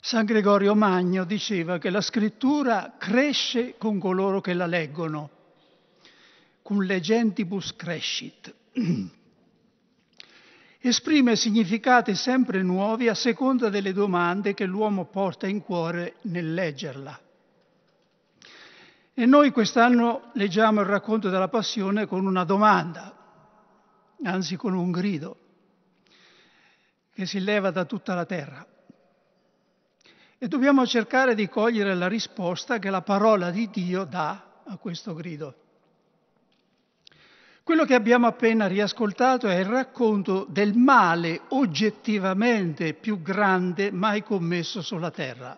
San Gregorio Magno diceva che la scrittura cresce con coloro che la leggono, cum legentibus crescit. Esprime significati sempre nuovi a seconda delle domande che l'uomo porta in cuore nel leggerla. E noi quest'anno leggiamo il racconto della Passione con una domanda, anzi con un grido, che si leva da tutta la terra. E dobbiamo cercare di cogliere la risposta che la parola di Dio dà a questo grido. Quello che abbiamo appena riascoltato è il racconto del male oggettivamente più grande mai commesso sulla terra.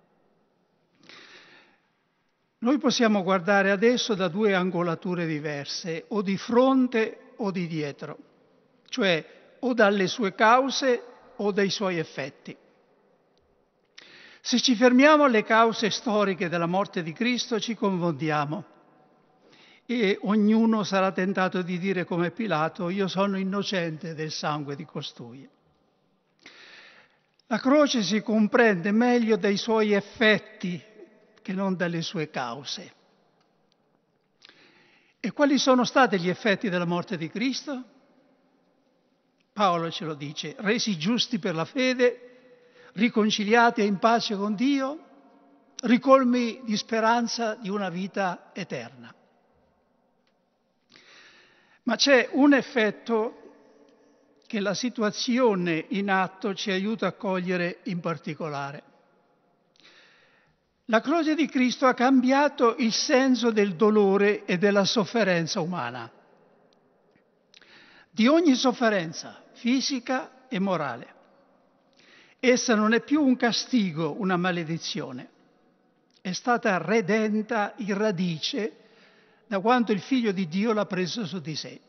Noi possiamo guardare adesso da due angolature diverse, o di fronte o di dietro, cioè o dalle sue cause o dai suoi effetti. Se ci fermiamo alle cause storiche della morte di Cristo ci confondiamo e ognuno sarà tentato di dire come Pilato: io sono innocente del sangue di costui. La croce si comprende meglio dai suoi effetti che non dalle sue cause. E quali sono stati gli effetti della morte di Cristo? Paolo ce lo dice: resi giusti per la fede, riconciliati e in pace con Dio, ricolmi di speranza di una vita eterna. Ma c'è un effetto che la situazione in atto ci aiuta a cogliere in particolare. La croce di Cristo ha cambiato il senso del dolore e della sofferenza umana, di ogni sofferenza fisica e morale. Essa non è più un castigo, una maledizione. È stata redenta in radice da quando il Figlio di Dio l'ha preso su di sé.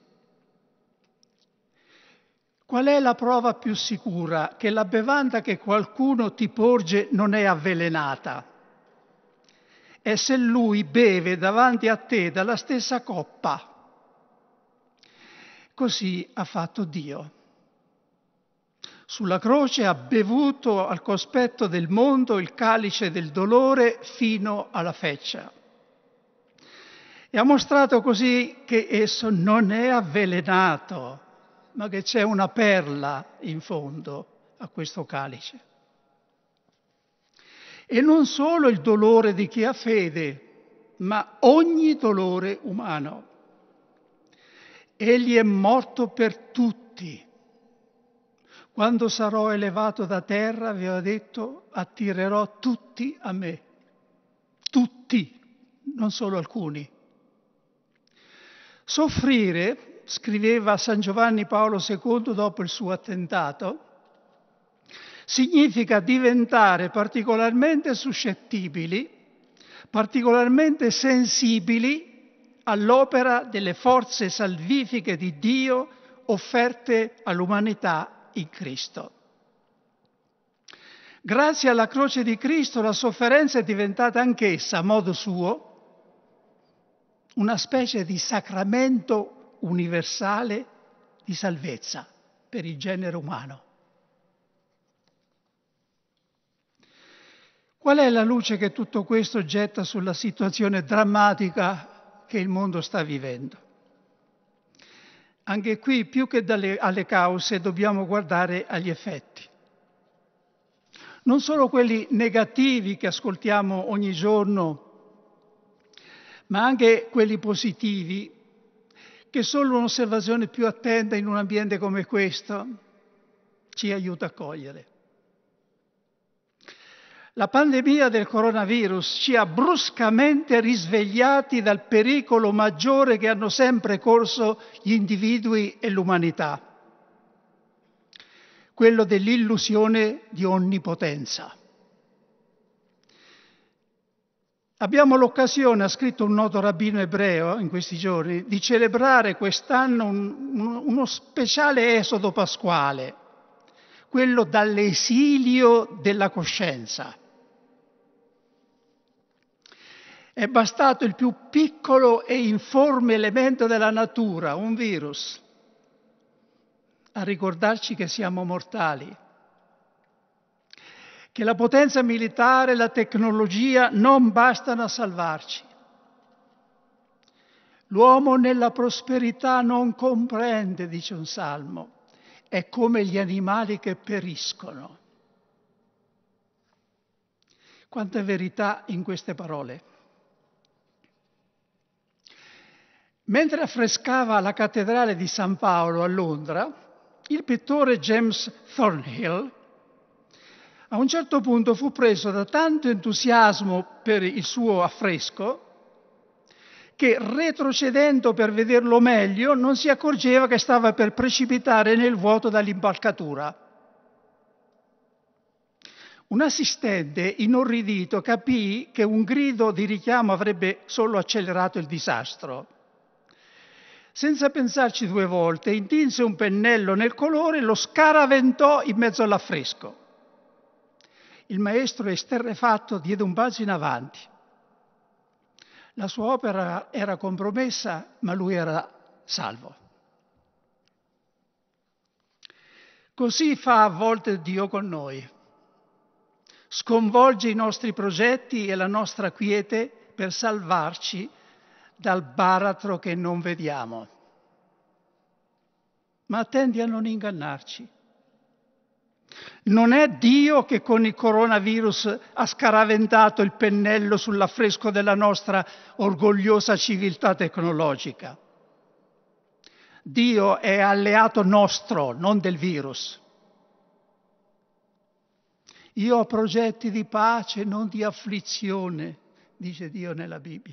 Qual è la prova più sicura che la bevanda che qualcuno ti porge non è avvelenata? È se lui beve davanti a te dalla stessa coppa. Così ha fatto Dio. Sulla croce ha bevuto al cospetto del mondo il calice del dolore fino alla feccia. E ha mostrato così che esso non è avvelenato, ma che c'è una perla in fondo a questo calice. E non solo il dolore di chi ha fede, ma ogni dolore umano. Egli è morto per tutti. Quando sarò elevato da terra, aveva detto, attirerò tutti a me. Tutti, non solo alcuni. Soffrire, scriveva San Giovanni Paolo II dopo il suo attentato, significa diventare particolarmente suscettibili, particolarmente sensibili all'opera delle forze salvifiche di Dio offerte all'umanità in Cristo. Grazie alla croce di Cristo la sofferenza è diventata anch'essa, a modo suo, una specie di sacramento universale di salvezza per il genere umano. Qual è la luce che tutto questo getta sulla situazione drammatica che il mondo sta vivendo? Anche qui, più che alle cause, dobbiamo guardare agli effetti. Non solo quelli negativi che ascoltiamo ogni giorno, ma anche quelli positivi, che solo un'osservazione più attenta in un ambiente come questo ci aiuta a cogliere. La pandemia del coronavirus ci ha bruscamente risvegliati dal pericolo maggiore che hanno sempre corso gli individui e l'umanità, quello dell'illusione di onnipotenza. Abbiamo l'occasione, ha scritto un noto rabbino ebreo in questi giorni, di celebrare quest'anno uno speciale esodo pasquale, quello dall'esilio della coscienza. È bastato il più piccolo e informe elemento della natura, un virus, a ricordarci che siamo mortali che la potenza militare e la tecnologia non bastano a salvarci. L'uomo nella prosperità non comprende, dice un salmo, è come gli animali che periscono. Quanta verità in queste parole. Mentre affrescava la cattedrale di San Paolo a Londra, il pittore James Thornhill a un certo punto fu preso da tanto entusiasmo per il suo affresco che, retrocedendo per vederlo meglio, non si accorgeva che stava per precipitare nel vuoto dall'impalcatura. Un assistente, inorridito, capì che un grido di richiamo avrebbe solo accelerato il disastro. Senza pensarci due volte, intinse un pennello nel colore e lo scaraventò in mezzo all'affresco. Il maestro, esterrefatto, diede un balzo in avanti. La sua opera era compromessa, ma lui era salvo. Così fa a volte Dio con noi. Sconvolge i nostri progetti e la nostra quiete per salvarci dal baratro che non vediamo. Ma attendi a non ingannarci. Non è Dio che con il coronavirus ha scaraventato il pennello sull'affresco della nostra orgogliosa civiltà tecnologica. Dio è alleato nostro, non del virus. Io ho progetti di pace, non di afflizione, dice Dio nella Bibbia.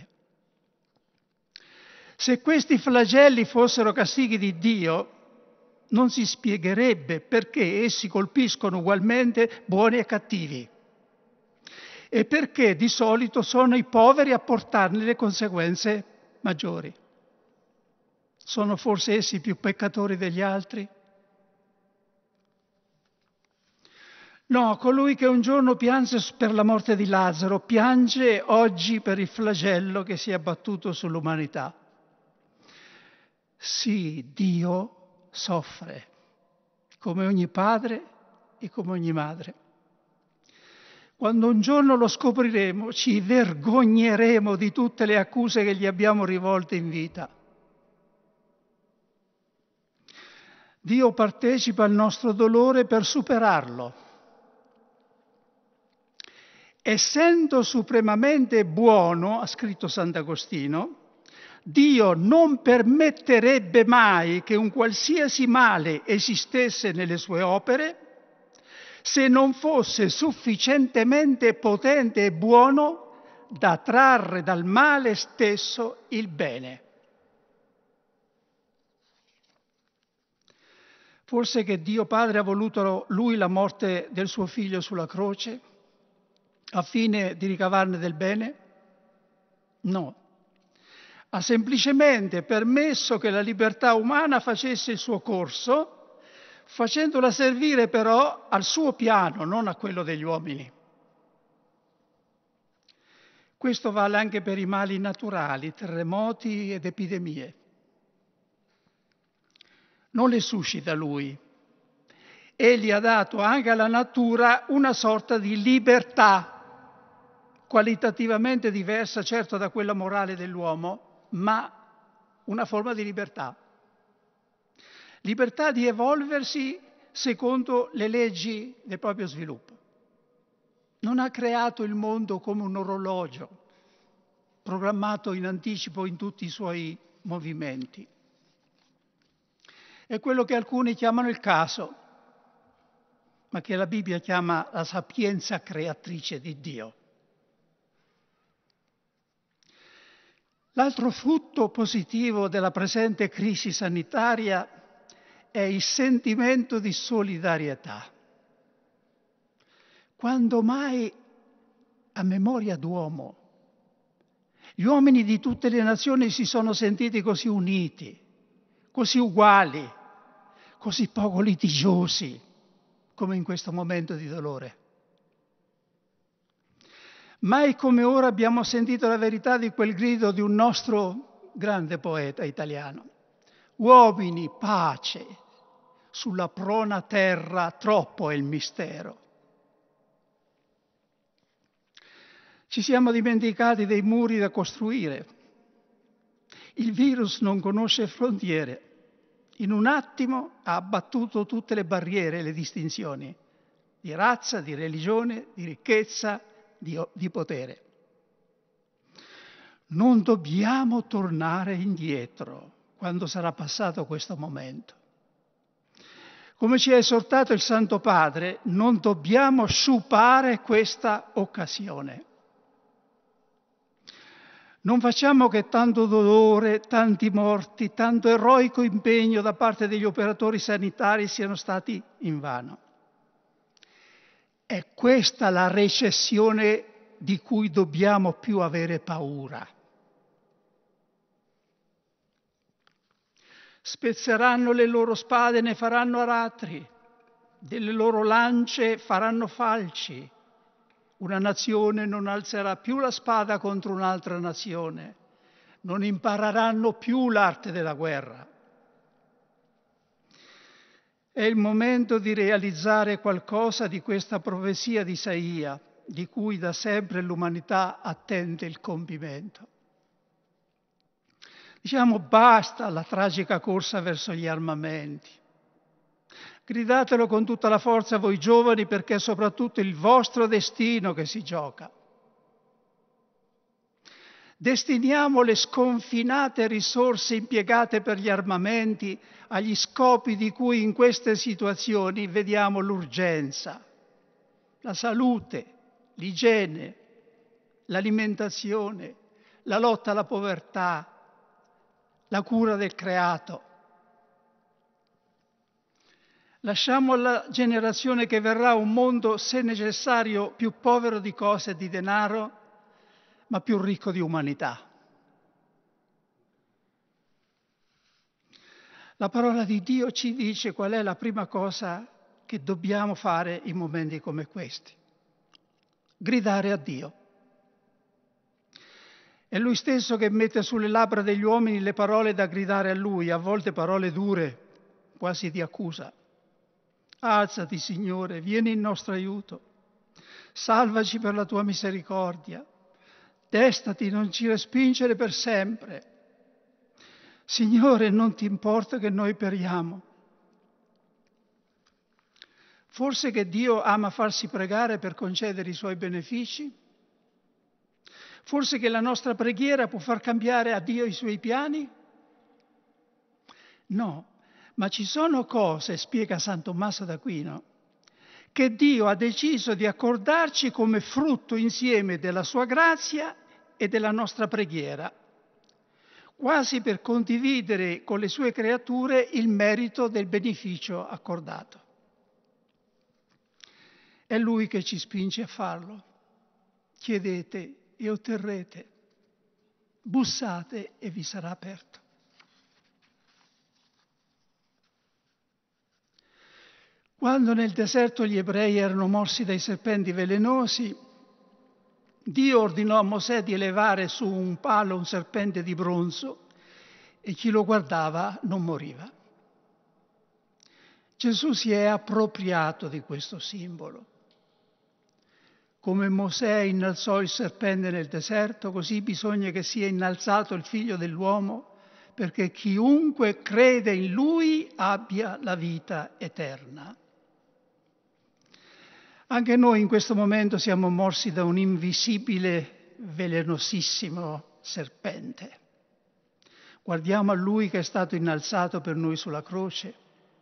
Se questi flagelli fossero castighi di Dio, non si spiegherebbe perché essi colpiscono ugualmente buoni e cattivi e perché di solito sono i poveri a portarne le conseguenze maggiori. Sono forse essi più peccatori degli altri? No, colui che un giorno pianse per la morte di Lazzaro piange oggi per il flagello che si è abbattuto sull'umanità. Sì, Dio soffre, come ogni padre e come ogni madre. Quando un giorno lo scopriremo, ci vergogneremo di tutte le accuse che gli abbiamo rivolte in vita. Dio partecipa al nostro dolore per superarlo. Essendo supremamente buono, ha scritto Sant'Agostino, Dio non permetterebbe mai che un qualsiasi male esistesse nelle sue opere se non fosse sufficientemente potente e buono da trarre dal male stesso il bene. Forse che Dio Padre ha voluto lui la morte del suo figlio sulla croce a fine di ricavarne del bene? No. Ha semplicemente permesso che la libertà umana facesse il suo corso, facendola servire però al suo piano, non a quello degli uomini. Questo vale anche per i mali naturali, terremoti ed epidemie. Non le suscita lui. Egli ha dato anche alla natura una sorta di libertà, qualitativamente diversa certo da quella morale dell'uomo, ma una forma di libertà. Libertà di evolversi secondo le leggi del proprio sviluppo. Non ha creato il mondo come un orologio, programmato in anticipo in tutti i suoi movimenti. È quello che alcuni chiamano il caso, ma che la Bibbia chiama la sapienza creatrice di Dio. L'altro frutto positivo della presente crisi sanitaria è il sentimento di solidarietà. Quando mai, a memoria d'uomo, gli uomini di tutte le nazioni si sono sentiti così uniti, così uguali, così poco litigiosi come in questo momento di dolore? Mai come ora abbiamo sentito la verità di quel grido di un nostro grande poeta italiano. Uomini, pace, sulla prona terra troppo è il mistero. Ci siamo dimenticati dei muri da costruire. Il virus non conosce frontiere. In un attimo ha abbattuto tutte le barriere e le distinzioni di razza, di religione, di ricchezza, di potere. Non dobbiamo tornare indietro quando sarà passato questo momento. Come ci ha esortato il Santo Padre, non dobbiamo sciupare questa occasione. Non facciamo che tanto dolore, tanti morti, tanto eroico impegno da parte degli operatori sanitari siano stati invano. È questa la recessione di cui dobbiamo più avere paura. Spezzeranno le loro spade e ne faranno aratri, delle loro lance faranno falci. Una nazione non alzerà più la spada contro un'altra nazione, non impareranno più l'arte della guerra. È il momento di realizzare qualcosa di questa profezia di Isaia, di cui da sempre l'umanità attende il compimento. Diciamo basta alla tragica corsa verso gli armamenti. Gridatelo con tutta la forza voi giovani, perché è soprattutto il vostro destino che si gioca. Destiniamo le sconfinate risorse impiegate per gli armamenti agli scopi di cui in queste situazioni vediamo l'urgenza: la salute, l'igiene, l'alimentazione, la lotta alla povertà, la cura del creato. Lasciamo alla generazione che verrà un mondo, se necessario, più povero di cose e di denaro, ma più ricco di umanità. La parola di Dio ci dice qual è la prima cosa che dobbiamo fare in momenti come questi: gridare a Dio. È Lui stesso che mette sulle labbra degli uomini le parole da gridare a Lui, a volte parole dure, quasi di accusa. Alzati, Signore, vieni in nostro aiuto. Salvaci per la tua misericordia. Destati, non ci respingere per sempre. Signore, non ti importa che noi periamo. Forse che Dio ama farsi pregare per concedere i suoi benefici? Forse che la nostra preghiera può far cambiare a Dio i suoi piani? No, ma ci sono cose, spiega San Tommaso d'Aquino, che Dio ha deciso di accordarci come frutto insieme della sua grazia e della nostra preghiera, quasi per condividere con le sue creature il merito del beneficio accordato. È Lui che ci spinge a farlo. Chiedete e otterrete, bussate e vi sarà aperto. Quando nel deserto gli ebrei erano morsi dai serpenti velenosi, Dio ordinò a Mosè di elevare su un palo un serpente di bronzo e chi lo guardava non moriva. Gesù si è appropriato di questo simbolo. Come Mosè innalzò il serpente nel deserto, così bisogna che sia innalzato il Figlio dell'uomo, perché chiunque crede in Lui abbia la vita eterna. Anche noi in questo momento siamo morsi da un invisibile, velenosissimo serpente. Guardiamo a Lui che è stato innalzato per noi sulla croce.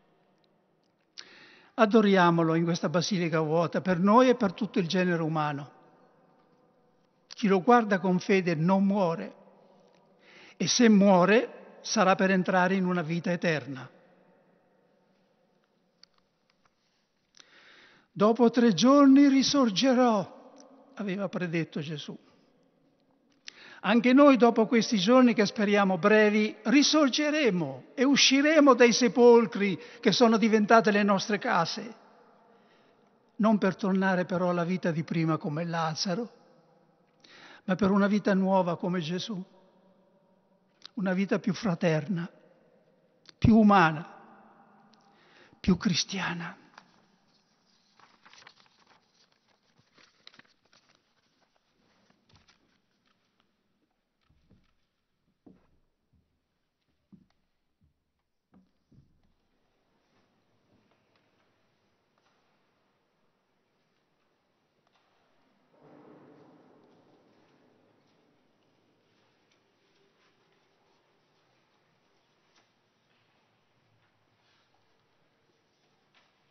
Adoriamolo in questa basilica vuota, per noi e per tutto il genere umano. Chi lo guarda con fede non muore, e se muore sarà per entrare in una vita eterna. Dopo 3 giorni risorgerò, aveva predetto Gesù. Anche noi dopo questi giorni, che speriamo brevi, risorgeremo e usciremo dai sepolcri che sono diventate le nostre case. Non per tornare però alla vita di prima come Lazzaro, ma per una vita nuova come Gesù. Una vita più fraterna, più umana, più cristiana.